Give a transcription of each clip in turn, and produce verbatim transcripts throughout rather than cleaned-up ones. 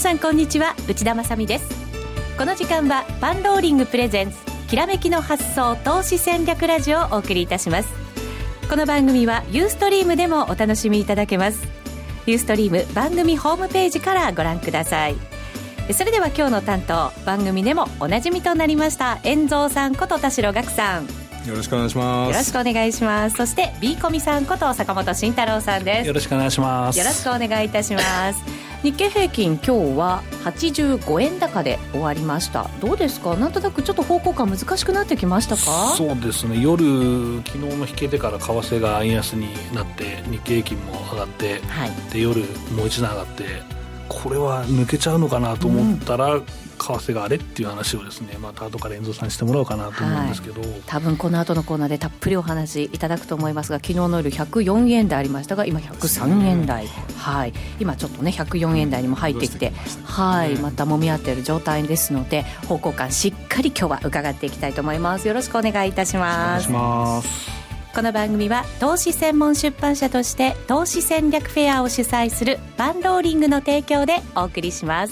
さんこんにちは、内田まさみです。この時間はパンローリングプレゼンツきらめきの発想投資戦略ラジオをお送りいたします。この番組はユーストリームでもお楽しみいただけます。ユーストリーム番組ホームページからご覧ください。それでは今日の担当、番組でもおなじみとなりました遠蔵さんこと田代岳さん、 よろしくお願いします。 よろしくお願いします。そして B コミさんこと坂本慎太郎さんです。 よろしくお願いします。 よろしくお願いいたします日経平均今日ははちじゅうごえん高で終わりました。どうですか、なんとなくちょっと方向感難しくなってきましたか？ そうですね、夜昨日の引けてから為替が円安になって日経平均も上がって、はい、で夜もう一段上がって、これは抜けちゃうのかなと思ったら、うん為替があれっていう話をですね、また後から遠藤さんにしてもらおうかなと思うんですけど、はい、 多分この後のコーナーでたっぷりお話いただくと思いますが、昨日の夜ひゃくよんえん台ありましたが今ひゃくさんえん台、はい、今ちょっとねひゃくよんえん台にも入ってきて、はい、また揉み合っている状態ですので、方向感しっかり今日は伺っていきたいと思います。よろしくお願いいたします。 お願いします。 この番組は投資専門出版社として投資戦略フェアを主催するパンローリングの提供でお送りします。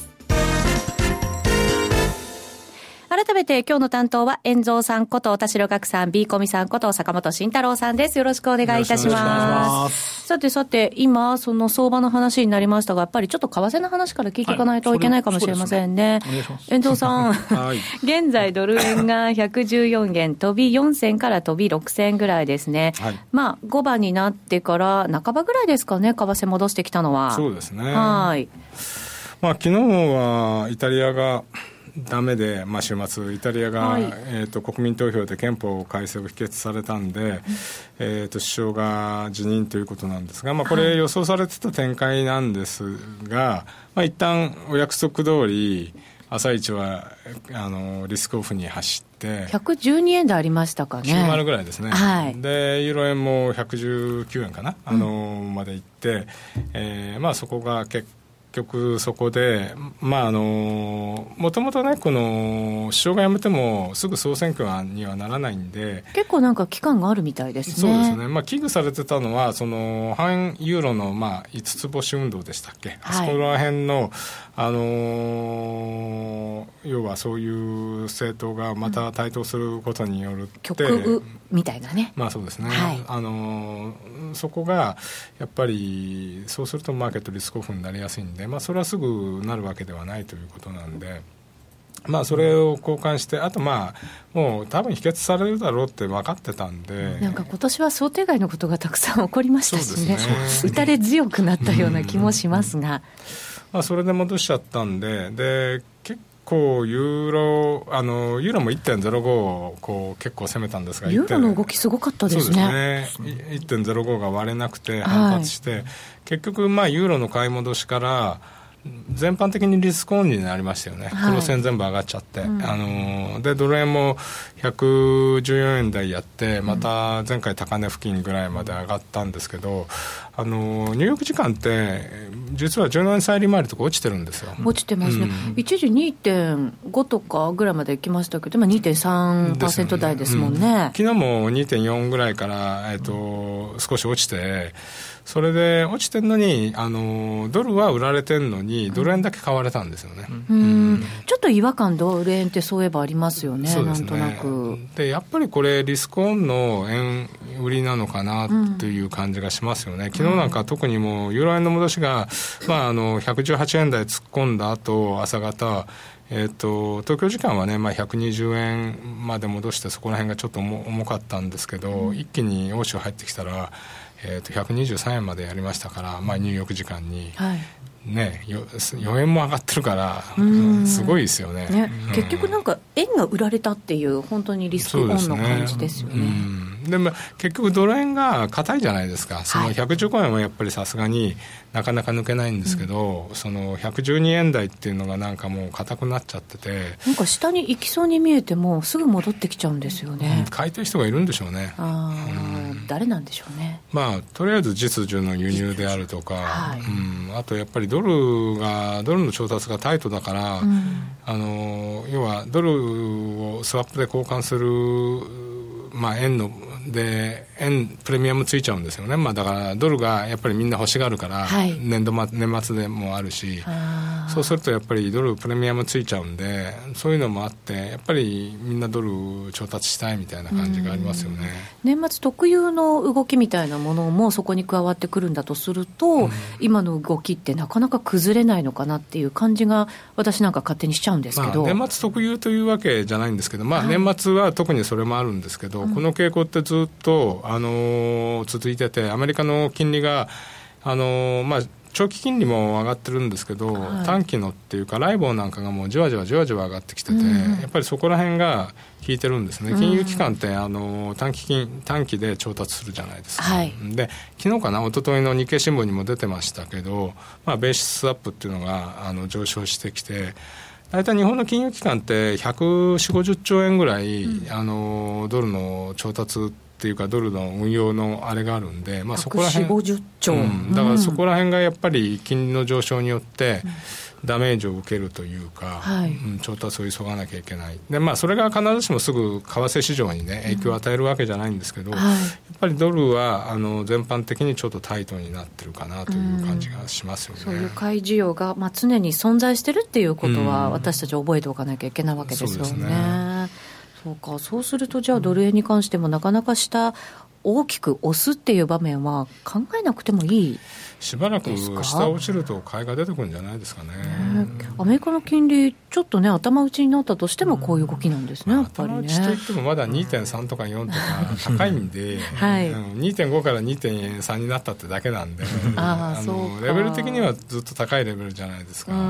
改めて今日の担当は遠蔵さんこと田代岳さん、 B コミさんこと坂本慎太郎さんです。よろしくお願いいたします。さてさて、今その相場の話になりましたが、やっぱりちょっと為替の話から聞いていかないといけないかもしれませんね。遠蔵さん、はい、現在ドル円がひゃくじゅうよんえん飛びよん銭から飛びろく銭ぐらいですね、はい、まあごばになってから半ばぐらいですかね、為替戻してきたのは。 そうですね、 はい、 まあ、昨日はイタリアがダメで、まあ、週末イタリアが、はい、えー、と国民投票で憲法改正を否決されたんで、うん、えー、と首相が辞任ということなんですが、まあ、これ予想されてた展開なんですが、はい、まあ、一旦お約束通り朝一はあのリスクオフに走ってひゃくじゅうにえん台ありましたかね。 きゅうじゅうぐらいですね、 はい、 でユーロ円もひゃくじゅうきゅうえんかな、あの、うん、まで行って、えーまあ、そこが結構結局そこで、まあ、あのもともとね、この首相が辞めてもすぐ総選挙にはならないんで、 結構なんか期間があるみたいですね。 そうですね、まあ、危惧されてたのはその反ユーロの、まあ、五つ星運動でしたっけ、はい、あそこら辺の、あの要はそういう政党がまた台頭することによるって、 極右みたいなね、 まあそうですね、 はい、 あのそこがやっぱりそうするとマーケットリスクオフになりやすいんで、まあ、それはすぐなるわけではないということなんで、まあ、それを交換して、あとまあもう多分否決されるだろうって分かってたんで、 なんか今年は想定外のことがたくさん起こりましたしね、 そうですね、 打たれ強くなったような気もしますが、 まあ、それで戻しちゃったんで、で結構ユーロあのユーロも いってんゼロご をこう結構攻めたんですが、 ユーロの動きすごかったですね。 そうですね、いってんゼロご が割れなくて反発して、はい、結局まあユーロの買い戻しから全般的にリスクオンになりましたよね、はい、黒線全部上がっちゃって、うん、あのでドル円もひゃくじゅうよんえん台やって、また前回高値付近ぐらいまで上がったんですけど、あのニューヨーク時間って実はじゅうななねん債利回りとか落ちてるんですよ。 落ちてますね、うん、一時 にてんご とかぐらいまで行きましたけど、まあ、にてんさんパーセント 台ですもんね、うん、 昨日も にてんよん ぐらいから、えーと、少し落ちて、それで落ちてるのにあのドルは売られてるのにドル円だけ買われたんですよね、 うんうん、ちょっと違和感ドル円ってそういえばありますよね。 そうですね、 なんとなくでやっぱりこれリスクオンの円売りなのかなという感じがしますよね、うん、昨日なんか特にもうユーロ円の戻しが、まあ、あのひゃくじゅうはちえん台突っ込んだ後朝方えー、と東京時間はね、まあ、ひゃくにじゅうえんまで戻してそこら辺がちょっと 重, 重かったんですけど、うん、一気に欧州入ってきたら、えー、とひゃくにじゅうさんえんまでやりましたから、まあ、ニューヨーク時間に、はいね、よよえんも上がってるからすごいですよ ね, ね、 うん、結局なんか円が売られたっていう本当にリスクオンの感じですよね。 でも結局ドル円が硬いじゃないですか。そのひゃくじゅうごえんはやっぱりさすがになかなか抜けないんですけど、うん、そのひゃくじゅうにえん台っていうのがなんかもう硬くなっちゃってて、 なんか下に行きそうに見えてもすぐ戻ってきちゃうんですよね、 うん、買いたい人がいるんでしょうね。 あ、うん、誰なんでしょうね。 まあとりあえず実需の輸入であるとか、はい、うん、あとやっぱりドルがドルの調達がタイトだから、うん、あの要はドルをスワップで交換する、まあ、円ので円プレミアムついちゃうんですよね、まあ、だからドルがやっぱりみんな欲しがるから、はい、年度末年末でもあるし、そうするとやっぱりドルプレミアムついちゃうんで、そういうのもあってやっぱりみんなドル調達したいみたいな感じがありますよね。 年末特有の動きみたいなものもそこに加わってくるんだとすると、うん、今の動きってなかなか崩れないのかなっていう感じが私なんか勝手にしちゃうんですけど、 まあ、年末特有というわけじゃないんですけど、まあ、年末は特にそれもあるんですけど、はい、この傾向ってずっと、あのー、続いてて、アメリカの金利が、あのーまあ、長期金利も上がってるんですけど、はい、短期のっていうかライボーなんかがもうじわじわじわじわ上がってきてて、うん、やっぱりそこら辺が効いてるんですね。金融機関って、あの短期金短期で調達するじゃないですか、はい、で昨日かな一昨日の日経新聞にも出てましたけど、まあ、ベーシスアップっていうのがあの上昇してきて、大体日本の金融機関ってひゃくよんじゅう、ごじゅっちょうえんぐらい、うん、あのドルの調達っていうかドルの運用のあれがあるんで、まあ、そこら辺ひゃくよんじゅう、ごじゅっちょう、うん、 だからそこら辺がやっぱり金利の上昇によってダメージを受けるというか、うん、調達を急がなきゃいけないで、まあ、それが必ずしもすぐ為替市場に、ね、影響を与えるわけじゃないんですけど、うん、はい、やっぱりドルはあの全般的にちょっとタイトになってるかなという感じがしますよね、うん、 そういう買い需要が、まあ、常に存在してるっていうことは、私たち覚えておかなきゃいけないわけですよね、うん、そうですね。そうか、そうするとじゃあドル円に関してもなかなか下大きく押すっていう場面は考えなくてもいいしばらく下落ちると買いが出てくるんじゃないですかね。 ね、アメリカの金利ちょっとね頭打ちになったとしてもこういう動きなんですね、うん、やっぱりね。 頭打ちといってもまだ にてんさん とかよんとか高いんで、はい、うん、にてんご から にてんさん になったってだけなんでああのレベル的にはずっと高いレベルじゃないですか。うん、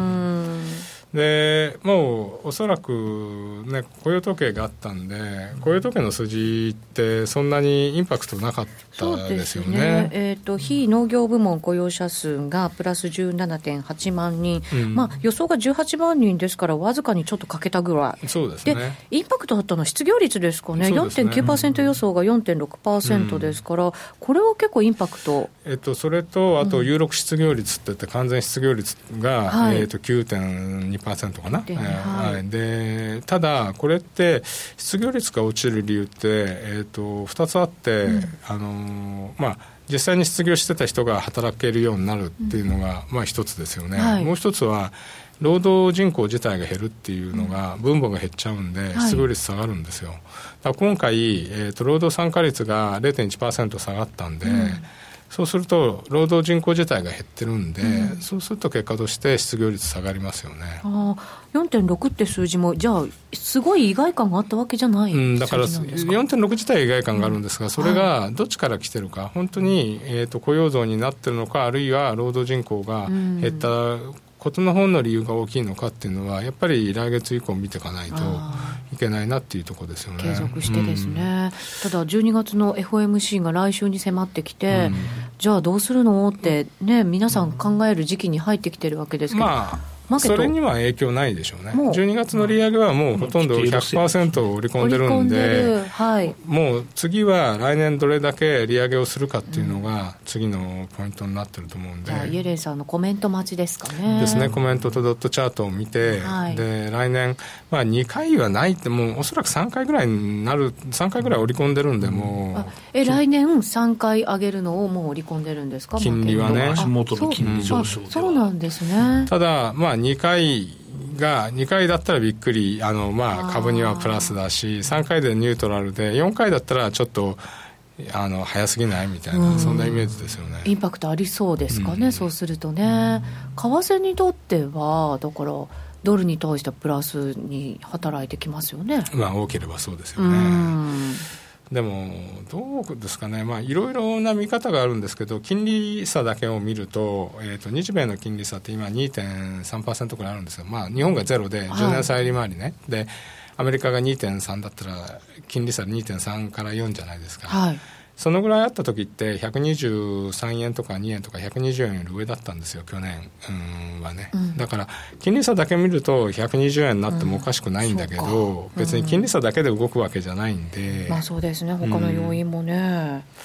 でもうおそらく、ね、雇用統計があったんで雇用統計の数字ってそんなにインパクトなかったですよね。そうですね、 えーと、非農業部門雇用者数がプラス じゅうななてんはちまんにん、うん、まあ、予想がじゅうはちまんにんですからわずかにちょっと欠けたぐらい。 そうですね。 でインパクトあったのは失業率ですかね。 よんてんきゅうパーセント 予想が よんてんろくパーセント ですから、うん、これは結構インパクト、 えっと、それとあと有力失業率って言って完全失業率が、はい、えー、と きゅうてんにパーセント かな、はい、でただこれって失業率が落ちる理由って、えー、とふたつあって、うん、あのまあ、実際に失業してた人が働けるようになるっていうのが、うん、まあ、一つですよね、はい、もう一つは労働人口自体が減るっていうのが、うん、分母が減っちゃうんで失業率下がるんですよ、はい、だから今回、えー、と労働参加率が れいてんいちパーセント 下がったんで、うん、そうすると労働人口自体が減ってるんで、うん、そうすると結果として失業率下がりますよね。 あ よんてんろく って数字もじゃあすごい意外感があったわけじゃない、うん、 だから よんてんろく 自体は意外感があるんですが、うん、それがどっちから来てるか、はい、本当に、えーと、雇用増になってるのか、あるいは労働人口が減ったことの方の理由が大きいのかっていうのはやっぱり来月以降見ていかないといけないなっていうところですよね。 継続してですね、うん、ただじゅうにがつの エフオーエムシー が来週に迫ってきて、うん、じゃあどうするのってね、皆さん考える時期に入ってきてるわけですけど、まあそれには影響ないでしょうね。じゅうにがつの利上げはもうほとんど ひゃくパーセント 織り込んでるんで、はい、もう次は来年どれだけ利上げをするかっていうのが次のポイントになってると思うんで、 じゃあイエレンさんのコメント待ちですかね。 ですね、コメントとドットチャートを見て、はい、で来年、まあ、にかいはないって、もうおそらくさんかいぐらいになる、さんかいぐらい織り込んでるんで、もうあえ来年さんかい上げるのをもう織り込んでるんですか。 金利はね、 足元の金利上昇では、 そうなんですね。 ただ、まあ、にかいがにかいだったらびっくり、あの、まあ、株にはプラスだし、さんかいでニュートラルでよんかいだったらちょっとあの早すぎないみたいな、うん、そんなイメージですよね。 インパクトありそうですかね、うん、そうするとね、為替にとってはだからドルに対してプラスに働いてきますよね。 まあ多ければそうですよね、うん、でもどうですかね、まあ、いろいろな見方があるんですけど、金利差だけを見ると、えーと、日米の金利差って今 にてんさんパーセント くらいあるんですよ、まあ、日本がゼロでじゅうねん債利回りね、はい、でアメリカが にてんさん だったら金利差 にてんさん からよんじゃないですか、はい、そのぐらいあった時ってひゃくにじゅうさんえんとかにえんとかひゃくにじゅうえんより上だったんですよ去年うんはね、うん、だから金利差だけ見るとひゃくにじゅうえんになってもおかしくないんだけど、うん、別に金利差だけで動くわけじゃないんで、 まあそうですね、他の要因もね、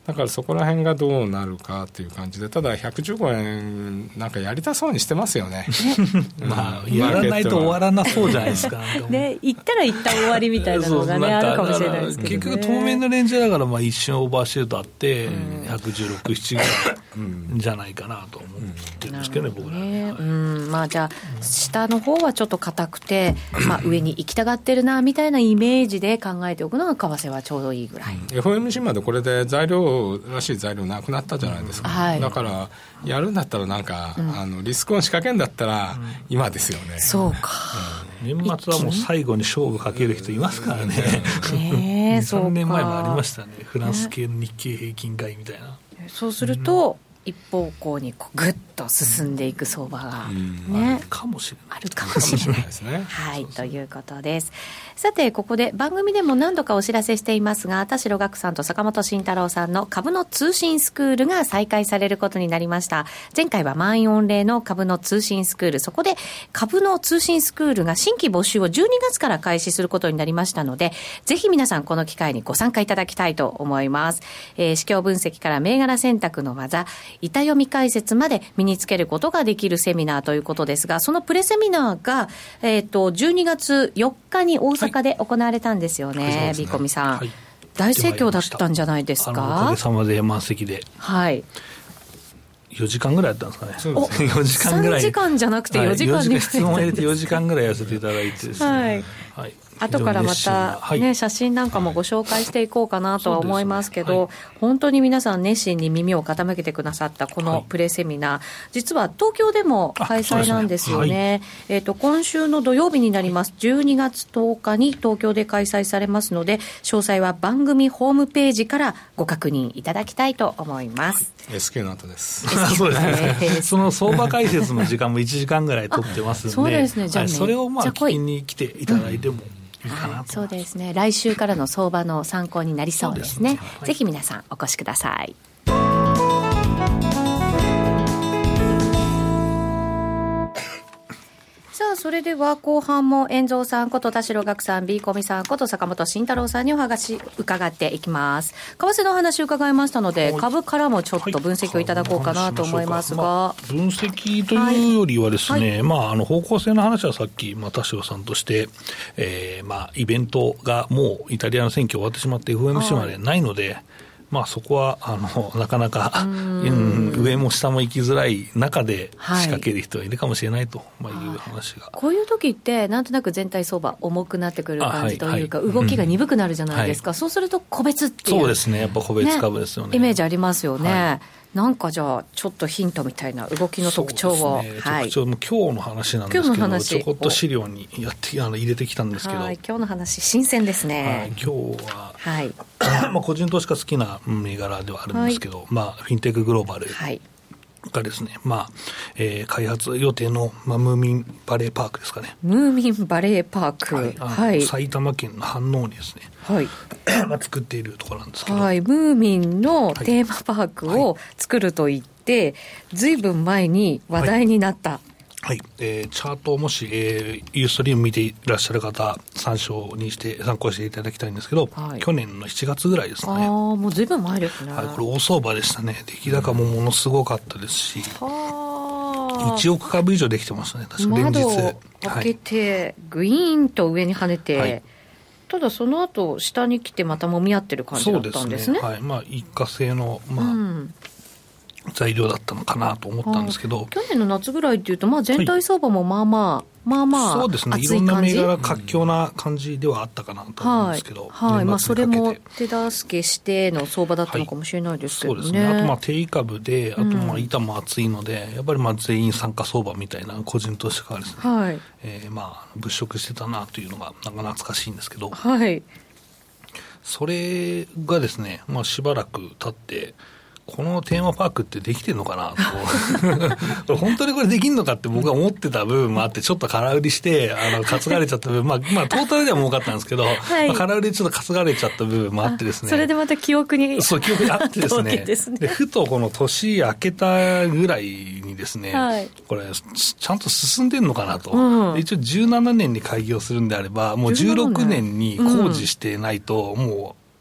だからそこら辺がどうなるかという感じで、ただひゃくじゅうごえんなんかやりたそうにしてますよね。 まあやらないと終わらなそうじゃないですか。 ね、行ったら行った終わりみたいなのがねあるかもしれないですけどね。 結局当面のレンジだからまあ一瞬オーバーシュートあってひゃくじゅうろく、ななぐらいじゃないかなと思ってるんですけどね、僕らね。 うん、まあじゃあ下の方はちょっと硬くて、まあ上に行きたがってるなみたいなイメージで考えておくのが為替はちょうどいいぐらい。 エフオーエムシー までこれで材料らしい材料なくなったじゃないですか、はい、だからやるんだったらなんか、うん、あのリスクオン仕掛けんだったら今ですよね、うん、 そうか、 うん、年末はもう最後に勝負かける人いますからね。 ねさんねんまえもありましたね、フランス系の日経平均買いみたいな。 そうすると、うん、一方向にこうグッと進んでいく相場が、 うんね、あるかもしれない、 あるかもしれないですね。はい、ということです。さてここで番組でも何度かお知らせしていますが、田代岳さんと坂本慎太郎さんの株の通信スクールが再開されることになりました。前回は満員御礼の株の通信スクール、そこで株の通信スクールが新規募集をじゅうにがつから開始することになりましたので、ぜひ皆さんこの機会にご参加いただきたいと思います。えー、市況分析から銘柄選択の技、板読み解説まで身につけることができるセミナーということですが、そのプレセミナーが、えー、とじゅうにがつよっかに大阪で行われたんですよね、はい、ビーコミさん、はい、大盛況だったんじゃないですか。 おかげさまで満席で、 はい、 よじかんぐらいやったんですかね。 そうですね、よじかんぐらい、さんじかんじゃなくてよじかんで、はい、 質問入れてよじかんぐらいやらせていただいてですね、はいはい、 後からまた、ね、はい、写真なんかもご紹介していこうかなとは思いますけど、はい、本当に皆さん熱心に耳を傾けてくださったこのプレセミナー、はい、実は東京でも開催なんですよね。えーと、今週の土曜日になりますじゅうにがつとおかに東京で開催されますので、詳細は番組ホームページからご確認いただきたいと思います。 はい、エスキュー の後です。 そうですね。その相場解説の時間もいちじかんぐらい取ってますので、 そうですね。じゃあね、 はい、それをまあ聞きに来ていただいても、うん、いいかなと、はい、 そうですね。来週からの相場の参考になりそうですね。ですね、はい、ぜひ皆さんお越しください。さあそれでは後半も遠蔵さんこと田代岳さん、 B コミさんこと坂本慎太郎さんにお話伺っていきます。為替のお話伺いましたので、株からもちょっと分析をいただこうかなと思いますが、 まあ、分析というよりはですね、はい、まあ、あの方向性の話はさっき、まあ、田代さんとして、えーまあ、イベントがもうイタリアの選挙終わってしまって エフオーエムシー までないので、まあ、そこはあのなかなか、うん、上も下も行きづらい中で仕掛ける人がいるかもしれないと、はい、まあ、いう話が、 こういう時ってなんとなく全体相場重くなってくる感じというか、はいはい、動きが鈍くなるじゃないですか、うん、そうすると個別っていう、 そうですね、やっぱ個別株ですよね、 ね、イメージありますよね、はい、なんかじゃあちょっとヒントみたいな動きの特徴を、 ね、はい、特徴も今日の話なんですけど、ちょこっと資料にやってあの入れてきたんですけど、 はい、今日の話新鮮ですね、 はい、今日は、 はい、 まあ個人投資家好きな銘柄ではあるんですけど、はい、まあ、フィンテックグローバルがですね、まあえー、開発予定の、まあ、ムーミンバレーパークですかね、 ムーミンバレーパーク、 はいはい、埼玉県の飯能にですね、はい、まあ、作っているところなんですけど、 はい、ムーミンのテーマパークを作ると言って、ずいぶん前に話題になった、はいはい、えー、チャートをもし、えー、ユーストリーム見ていらっしゃる方参照にして参考していただきたいんですけど、はい、去年のしちがつぐらいですかね。 ああ、もうずいぶん前ですね、 はい、これ大相場でしたね。出来高もものすごかったですし、うん、いちおくかぶ以上できてましたね、確か連日。 窓を開けて、グイーンと上に跳ねて、はい、ただその後下に来てまたもみ合ってる感じだったんですね。そうですね、 はい、まあ、一過性の、まあ、うん、材料だったのかなと思ったんですけど、 去年の夏ぐらいっていうと、まあ、全体相場もまあまあ、はい、まあまあそうですね、いろんな銘柄活況な感じではあったかなと思うんですけど、 はい、はい、まあ、それも手助けしての相場だったのかもしれないですけどね、はい、そうですね。 あとまあ定位株で、あとまあ板も厚いので、うん、やっぱりまあ全員参加相場みたいな個人投資家がですね、はい、えー、まあ物色してたなというのがなんか懐かしいんですけど、 はい、 それがですね、まあ、しばらく経ってこのテーマパークってできてるのかなと本当にこれできるのかって僕は思ってた部分もあって、ちょっと空売りしてあの担がれちゃった部分、まあ、まあトータルでは儲かったんですけど、はい、まあ、空売りでちょっと担がれちゃった部分もあってですね、 それでまた記憶にそう記憶にあってですねですね、でふとこの年明けたぐらいにですね、はい、これちゃんと進んでんのかなと、うん、一応じゅうななねんに開業するんであればもうじゅうろくねんに工事してないともう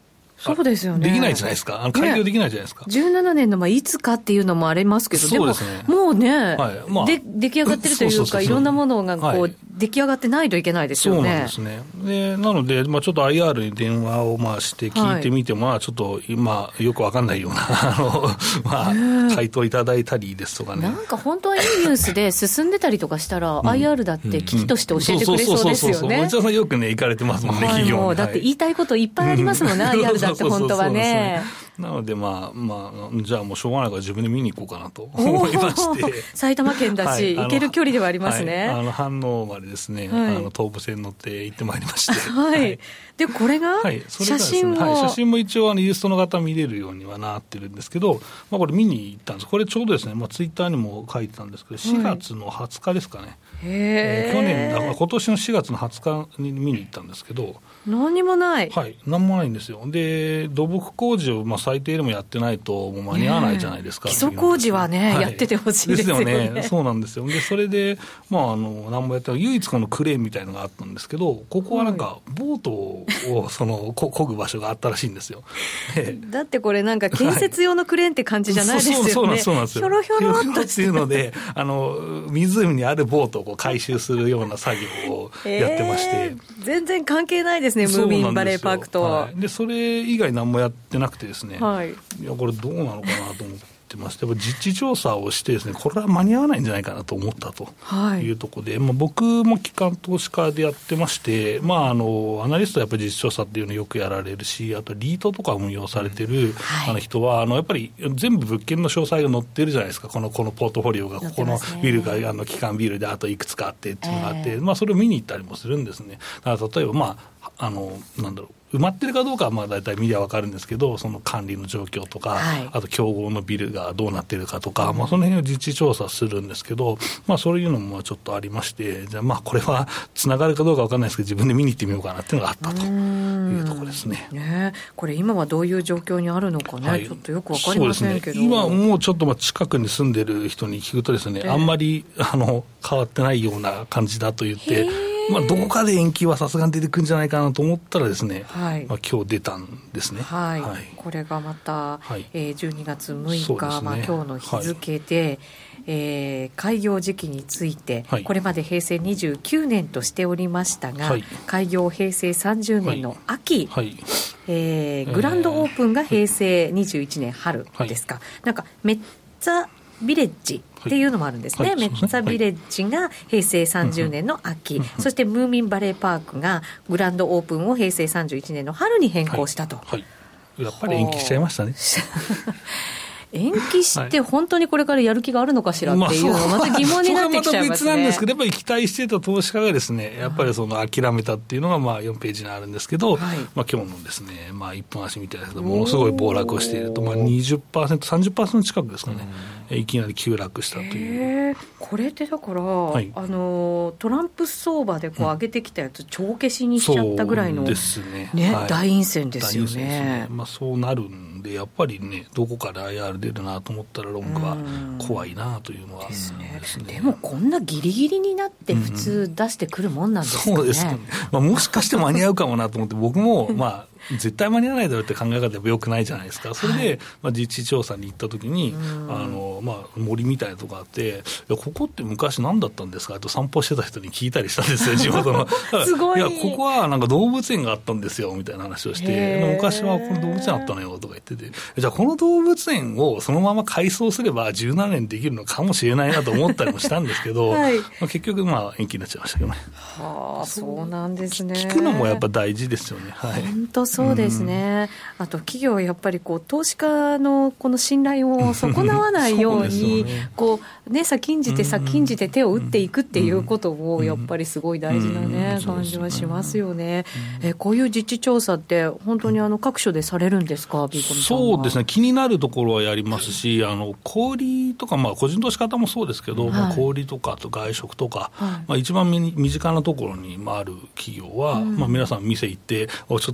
そうですよね。 できないじゃないですか。あの開業できないじゃないですか。 ね、じゅうななねんのまあいつかっていうのもありますけど、 そうですね、 でももうね、 はいまあ、 で出来上がってるというか、そうそうそうそう、いろんなものがこう、はい、出来上がってないといけないですよね。 そうなんですね。でなので、まあ、ちょっと アイアール に電話をまあして聞いてみても、はい、ちょっと今よくわかんないようなあの、まあ、回答いただいたりですとかね。 なんか本当はいいニュースで進んでたりとかしたら、うん、アイアール だって危機として教えてくれそうですよね。 内田さんよくね行かれてますもんね、はい、企業に。もうだって言いたいこといっぱいありますもんね、アイアール だって本当はね。 なので、まあまあ、じゃあもうしょうがないから自分で見に行こうかなと思いまして埼玉県だし、はい、行ける距離ではありますね。 はい、あの飯能までですね、はい、あの東武線乗って行ってまいりまして、 はいはい、でこれが、はい、それがですね、写真も、 はい、写真も一応あのユーストの方見れるようにはなってるんですけど、まあ、これ見に行ったんです。これちょうどですね、まあ、ツイッターにも書いてたんですけど、しがつのはつかですかね、はい、えー、去年だから今年のしがつのはつかに見に行ったんですけど、 何にもない、 はい、何もないんですよ。で土木工事をまあ最低でもやってないともう間に合わないじゃないですか、 基礎工事はね、はい、やっててほしいですよね。 ですよね。そうなんですよ。でそれで、まあ、あの何もやったら唯一このクレーンみたいのがあったんですけど、ここはなんかボートをそのこ漕ぐ場所があったらしいんですよ。 だってこれなんか建設用のクレーンって感じじゃないですよね。 そうなんですよ。ひょろひょろっとっていうので、あの湖にあるボートをこう回収するような作業をやってまして、えー、全然関係ないですね、ムーミンバレーパークと。 はい、でそれ以外何もやってなくてですね、はい、いやこれどうなのかなと思ってまして、やっぱ実地調査をしてですね、これは間に合わないんじゃないかなと思ったというところで、はい、まあ、僕も機関投資家でやってまして、まあ、あのアナリストはやっぱり実地調査っていうのをよくやられるし、あとリートとか運用されてる、はい、あの人はあのやっぱり全部物件の詳細が載ってるじゃないですか。このこのポートフォリオがここのビルがあの基幹ビルであといくつかあってっていうのがあって、えーまあ、それを見に行ったりもするんですね。だから例えば、まあ、あのなんだろう、埋まってるかどうかはまあ大体見りゃ分かるんですけど、その管理の状況とか、はい、あと競合のビルがどうなってるかとか、まあ、その辺を実地調査するんですけど、まあ、そういうのもちょっとありまして、じゃあまあこれはつながるかどうか分かんないですけど、自分で見に行ってみようかなっていうのがあったというところですね。 ね、これ今はどういう状況にあるのかね、はい、ちょっとよく分かりませんけど、 そうですね、今もうちょっとまあ近くに住んでる人に聞くとですね、えー、あんまりあの変わってないような感じだと言って、まあ、どこかで延期はさすがに出てくるんじゃないかなと思ったらですね、はい、まあ、今日出たんですね。 はいはい、これがまた、はい、えー、じゅうにがつむいか、ね、まあ、今日の日付で、はい、えー、開業時期について、はい、これまで平成にじゅうきゅうねんとしておりましたが、はい、開業平成さんじゅうねんの秋、はいはい、えー、グランドオープンが平成にじゅういちねん春ですか、はい、なんかメッツァビレッジっていうのもあるんですね、はいはい、メッツァビレッジが平成さんじゅうねんの秋、はい、そしてムーミンバレーパークがグランドオープンを平成さんじゅういちねんの春に変更したと、はいはい、 やっぱり延期しちゃいましたね延期して本当にこれからやる気があるのかしらっていうのがまた疑問になってきちゃいますね。それはまた別なんですけど、やっぱり期待していた投資家がですね、やっぱりその諦めたっていうのがまあよんページにあるんですけど、はい、まあ、今日のですね、まあ、いっぷん足みたいですけど、ものすごい暴落をしていると、まあ、にじゅっパーセント、さんじゅっパーセント 近くですかね、いきなり急落したという。 これってだから、はい、あのトランプ相場でこう上げてきたやつ、帳消しにしちゃったぐらいの、 そうですね、 ね、はい、大陰線ですよね。大陰線ですね。 まあ、そうなるんで、やっぱりね、どこから アイアール 出るなと思ったらロングは怖いなというのはですね。 ですね。でもこんなギリギリになって普通出してくるもんなんですかね。 そうですね、まあ、もしかして間に合うかもなと思って僕もまあ絶対間に合わないだろうって考え方は良くないじゃないですか。それで、はい、まあ、実地調査に行った時にあの、まあ、森みたいなとこあって、いやここって昔何だったんですかと散歩してた人に聞いたりしたんですよ、地元のすごい。 いやここはなんか動物園があったんですよみたいな話をして、昔はこの動物園あったのよとか言ってて、じゃあこの動物園をそのまま改装すればじゅうななねんできるのかもしれないなと思ったりもしたんですけど、はい、まあ、結局まあ延期になっちゃいましたけどね。 はあ、そうなんですね。 聞くのもやっぱ大事ですよね。はい、 本当そうですね。あと企業はやっぱりこう投資家のこの信頼を損なわないようにね、こうね、先んじて先んじて手を打っていくっていうことをやっぱりすごい大事なね、感じはしますよね。えこういう実地調査って本当にあの各所でされるんですか、ビーコミさんは。 そうですね、気になるところはやりますし、あの小売とか、まあ、個人投資家もそうですけど、はい、まあ、小売とかあと外食とか、はい、まあ、一番身近なところにある企業は、うん、まあ、皆さん店行ってちょっと土曜、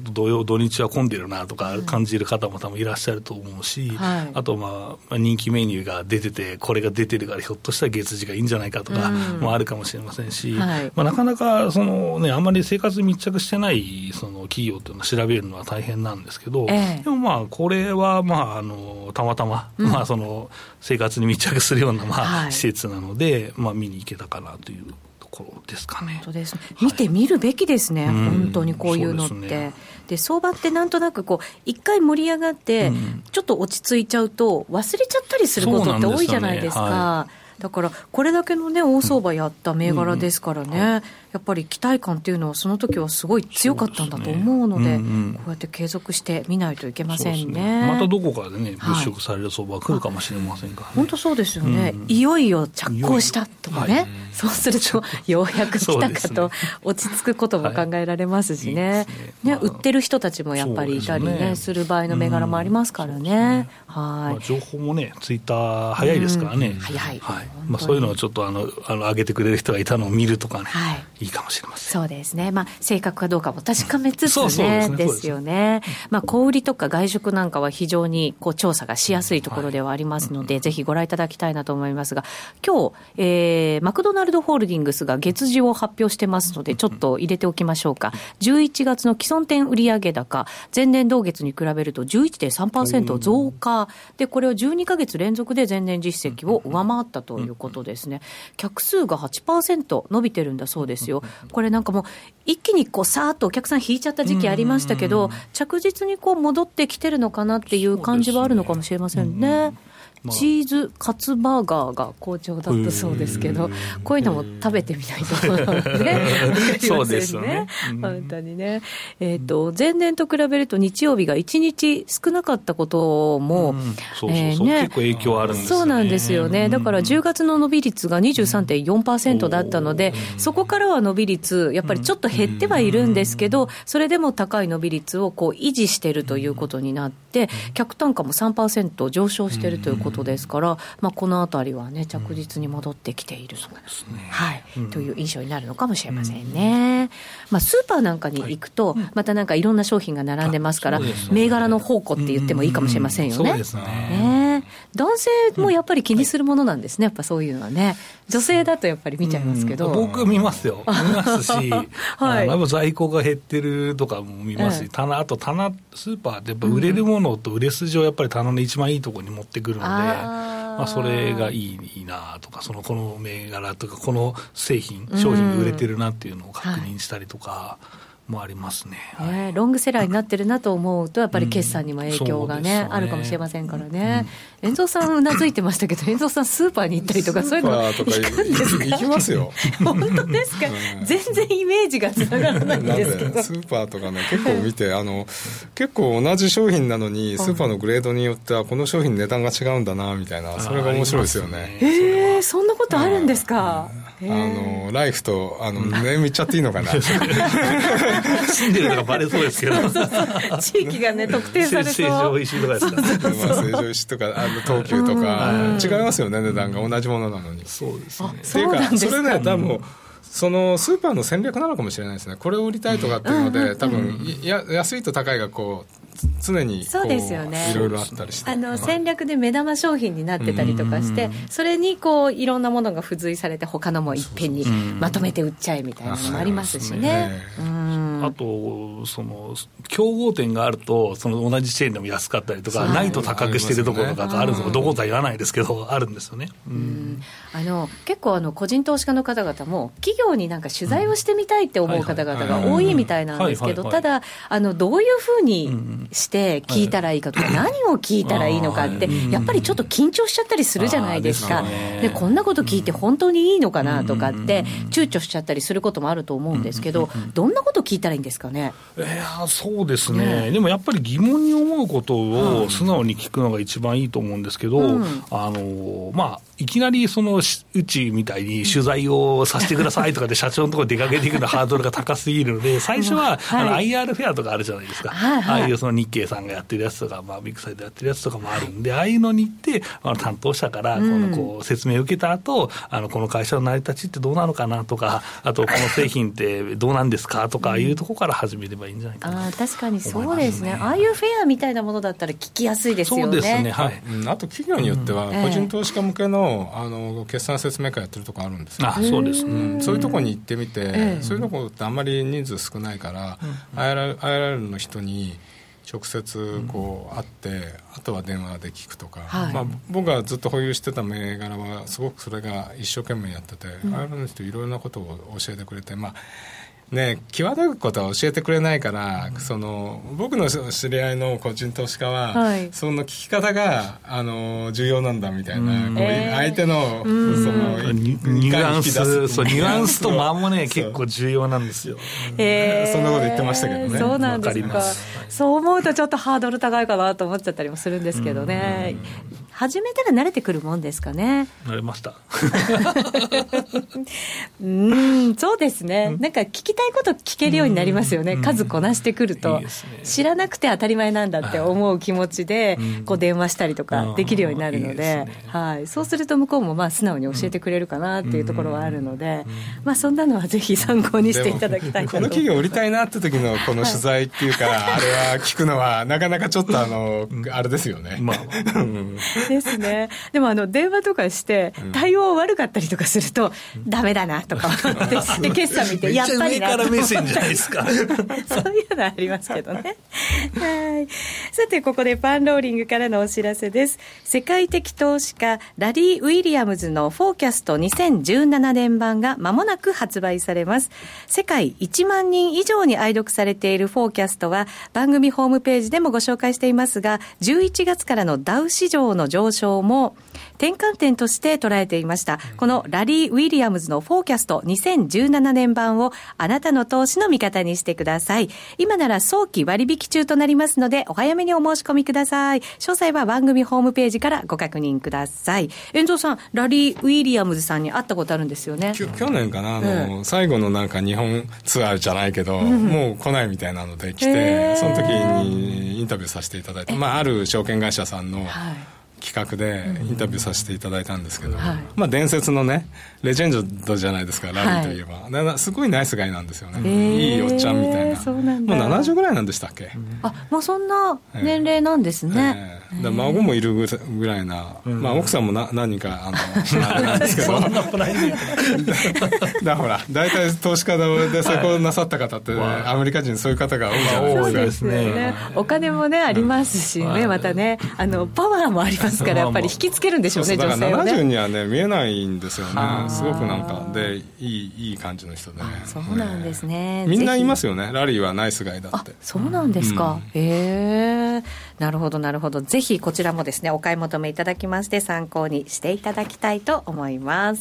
土日は混んでるなとか感じる方も多分いらっしゃると思うし、はい、あと、まあ、人気メニューが出ててこれが出てるからひょっとしたら月次がいいんじゃないかとかもあるかもしれませんし、うんはいまあ、なかなかその、ね、あんまり生活に密着してないその企業というのを調べるのは大変なんですけど、ええ、でもまあこれは、まあ、あのたまたま、うんまあ、その生活に密着するような、まあはい、施設なので、まあ、見に行けたかなというところですかね。 本当ですね、はい、見てみるべきですね、本当にこういうのって、うん、で、ね、相場ってなんとなくこう一回盛り上がって、うん、ちょっと落ち着いちゃうと忘れちゃったりすることって多いじゃないですか。はい、だからこれだけのね大相場やった銘柄ですからね、うんうんはい、やっぱり期待感っていうのはその時はすごい強かったんだと思うの で, で、ねうんうん、こうやって継続して見ないといけません ね, ねまたどこかでね物色される相場が来るかもしれませんからね、はい、 本当そうですよね、うんうん、いよいよ着工したとかね、はい、そうするとようやく来たかと落ち着くことも考えられますしね、はいいいねまあ、ね売ってる人たちもやっぱりいたり、ねね、する場合の銘柄もありますからね、うんねはいまあ、 情報もねツイッター早いですからね、うん、 早い、 はいまあ、そういうのをちょっとあのあの上げてくれる人がいたのを見るとかね、はい、いいかもしれません。 そうですね、まあ、正確かどうかも確かめつつね、そうですねですよね、まあ、小売りとか外食なんかは非常にこう調査がしやすいところではありますので、はい、ぜひご覧いただきたいなと思いますが、今日、えー、マクドナルドホールディングスが月次を発表してますのでちょっと入れておきましょうか。じゅういちがつの既存店売上高前年同月に比べると じゅういってんさんパーセント 増加で、これをじゅうにかげつ連続で前年実績を上回ったということですね。客数が はちパーセント 伸びてるんだそうですよ。これなんかもう一気にこうさーっとお客さん引いちゃった時期ありましたけど、着実にこう戻ってきてるのかなっていう感じはあるのかもしれませんね。まあ、チーズカツバーガーが好調だったそうですけど、こういうのも食べてみないとねそうですよね、 本当にね、えーと、前年と比べると日曜日がいちにち少なかったことも、うんそうそうそうえーね、結構影響あるんですよね。 そうなんですよね。だからじゅうがつの伸び率が にじゅうさんてんよんパーセント だったので、そこからは伸び率やっぱりちょっと減ってはいるんですけど、それでも高い伸び率をこう維持しているということになって、客単価も さんパーセント 上昇しているということことですから、まあ、このあたりはね着実に戻ってきている、うんそうですねはいうん、という印象になるのかもしれませんね、うんまあ、スーパーなんかに行くと、はい、またなんかいろんな商品が並んでますから、ね、銘柄の宝庫って言ってもいいかもしれませんよね、うんうん、そうですね、ね男性もやっぱり気にするものなんですね、やっぱそういうのはね。女性だとやっぱり見ちゃいますけど、 うん、僕見ますよ見ますし、はい、あの在庫が減ってるとかも見ますし、ええ、棚あと棚スーパーってやっぱ売れるものと売れ筋をやっぱり棚の一番いいところに持ってくるので、あ、まあ、それがいい、いいなとか、そのこの銘柄とかこの製品商品が売れてるなっていうのを確認したりとか、はいもありますね、 はいえー、ロングセラーになってるなと思うとやっぱり決算にも影響が、ねうんね、あるかもしれませんからね、うん、遠藤さんうなずいてましたけど遠藤さんスーパーに行ったりとかそういうの行くんですか？ 行きますよ本当ですか、うん、全然イメージがつながらないんですけどスーパーとかね結構見てあの結構同じ商品なのにスーパーのグレードによってはこの商品値段が違うんだなみたいな、それが面白いですよね。 えー、そんなことあるんですか？ あのライフとあのネーム言っちゃっていいのかな住んでるのがバレそうですけどそうそうそう地域がね特定されそう成城石とかですか成城石とかあの東急とか違いますよね、値段が同じものなのに。 そうですね。 っていうかそれね多分そのスーパーの戦略なのかもしれないですね。これを売りたいとかっていうので、多分や安いと高いがこう常にこういろいろあったりして、 あの戦略で目玉商品になってたりとかして、それにこういろんなものが付随されて他のもいっぺんにまとめて売っちゃえみたいなのもありますしね。 あとその競合店があるとその同じチェーンでも安かったりとか、ないと高くしてるところがあるのかどこか言わないですけどあるんですよね。うん、 あの結構あの個人投資家の方々も企業になんか取材をしてみたいって思う方々が多いみたいなんですけど、ただあのどういうふうにして聞いたらいいかとか、はい、何を聞いたらいいのかってやっぱりちょっと緊張しちゃったりするじゃないですか。で、ね、こんなこと聞いて本当にいいのかなとかって躊躇しちゃったりすることもあると思うんですけど、どんなこと聞いたらいいんですかね。 いやそうですね、ねでもやっぱり疑問に思うことを素直に聞くのが一番いいと思うんですけど、うん、あのまあいきなりそのうちみたいに取材をさせてくださいとかで社長のところに出かけていくのハードルが高すぎるので、最初は、はい、あの アイアール フェアとかあるじゃないですか、はいはい、ああいうその日経さんがやってるやつとか、まあ、ビッグサイトやってるやつとかもあるんで、はい、ああいうのに行ってあの担当者からこのこう説明を受けた後、あのこの会社の成り立ちってどうなのかなとか、あとこの製品ってどうなんですかとかいうところから始めればいいんじゃないかな。 あ、確かにそうですね。ああいうフェアみたいなものだったら聞きやすいですよね。 そうですね、はい。 うん、あと企業によっては個人投資家向けの、あの決算説明会やってるところあるんですよ。 あ、そうですね、 うん、そういうところに行ってみて、えー、そういうところってあんまり人数少ないから、うん、アイアールアイアール の人に直接こう会って、うん、あとは電話で聞くとか、はい、まあ、僕がずっと保有してた銘柄はすごくそれが一生懸命やってて、うん、アイアール の人いろいろなことを教えてくれて、まあね、際どいことは教えてくれないから、うん、その僕の知り合いの個人投資家は、はい、その聞き方があの重要なんだみたいな、うん、こう相手の、うん、そのニュアンス、そうニュアンスと間もね結構重要なんですよ。 えー、そんなこと言ってましたけどね。 そうなんですか。そう思うとちょっとハードル高いかなと思っちゃったりもするんですけどね。始めたら慣れてくるもんですかね。 慣れました。 うーん、そうですね。なんか聞きたいこと聞けるようになりますよね。数こなしてくると、いいですね、知らなくて当たり前なんだって思う気持ちで、こう電話したりとかできるようになるので、いいですね、はい、そうすると向こうもまあ素直に教えてくれるかなっていうところはあるので、まあ、そんなのはぜひ参考にしていただきたいと。 この企業売りたいなって時のこの取材っていうか、はい、あれは聞くのはなかなかちょっとあのあれですよね。まあですね。でもあの電話とかして対応悪かったりとかすると、うん、ダメだなとかで決算見てやっぱりなめっちゃ上から目線じゃないですか。 そういうのはありますけどね。はい。さてここでパンローリングからのお知らせです。世界的投資家ラリー・ウィリアムズのフォーキャストにせんじゅうななねん版が間もなく発売されます。世界いちまんにん以上に愛読されているフォーキャストは番組ホームページでもご紹介していますが、じゅういちがつからのダウ市場の上昇も転換点として捉えていました。このラリー・ウィリアムズのフォーキャストにせんじゅうななねん版をあなたの投資の味方にしてください。今なら早期割引中となりますのでお早めにお申し込みください。詳細は番組ホームページからご確認ください。遠藤さん、ラリー・ウィリアムズさんに会ったことあるんですよね。 去年かな、あの、うん、最後のなんか日本ツアーじゃないけど、うん、もう来ないみたいなので来て、その時にインタビューさせていただいて、まあ、ある証券会社さんの、はい、企画でインタビューさせていただいたんですけど、うん、はい、まあ、伝説のねレジェンドじゃないですか、ラリーといえば、はい、すごいナイスガイなんですよね、えー、いいおっちゃんみたいな。そうなんだ。もうななじゅうぐらいなんでしたっけ、うん、 あ、もうそんな年齢なんですね、 えーえー、だ孫もいるぐらいな、うん、まあ、奥さんもな何人かあのあれなんですけどそんなプライベートだほら大体投資家で成功なさった方って、ね、はい、アメリカ人そういう方が多いじゃないですか。 そうですね、お金もねありますしね、うん、またねあのパワーもありますからやっぱり引きつけるんでしょうね。 そうそう、だからななじゅうね、 にはね見えないんですよね。すごくなんかでいいいい感じの人で、ね、 そうなんですね。 みんな言いますよね、ラリーはナイスガイだって。 あ、そうなんですか、うん、へえ、なるほどなるほど。ぜひこちらもですねお買い求めいただきまして参考にしていただきたいと思います。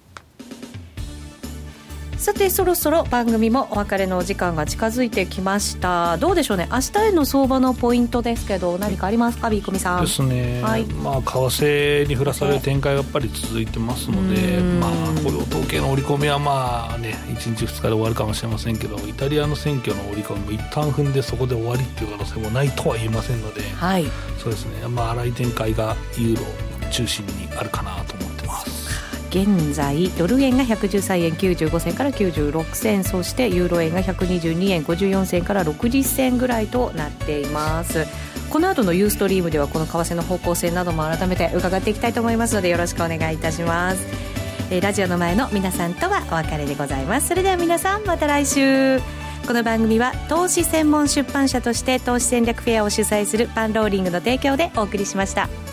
さてそろそろ番組もお別れのお時間が近づいてきました。どうでしょうね、明日への相場のポイントですけど何かありますか、ビーコミさん。 ですね、はい、まあ、為替に振らされる展開がやっぱり続いてますので、まあ、雇用統計の織り込みはまあねいちにちふつかで終わるかもしれませんけど、イタリアの選挙の織り込みも一旦踏んでそこで終わりっていう可能性もないとは言えませんので、はい、そうですね、まあ、荒い展開がユーロ中心にあるかなと思ってます。 現在ドル円がひゃくじゅうさんえんきゅうじゅうごせんからきゅうじゅうろくせん、そしてユーロ円がひゃくにじゅうにえんごじゅうよんせんからろくじゅっせんぐらいとなっています。この後のユーストリームではこの為替の方向性なども改めて伺っていきたいと思いますのでよろしくお願いいたします。えー、ラジオの前の皆さんとはお別れでございます。それでは皆さんまた来週。この番組は投資専門出版社として投資戦略フェアを主催するパンローリングの提供でお送りしました。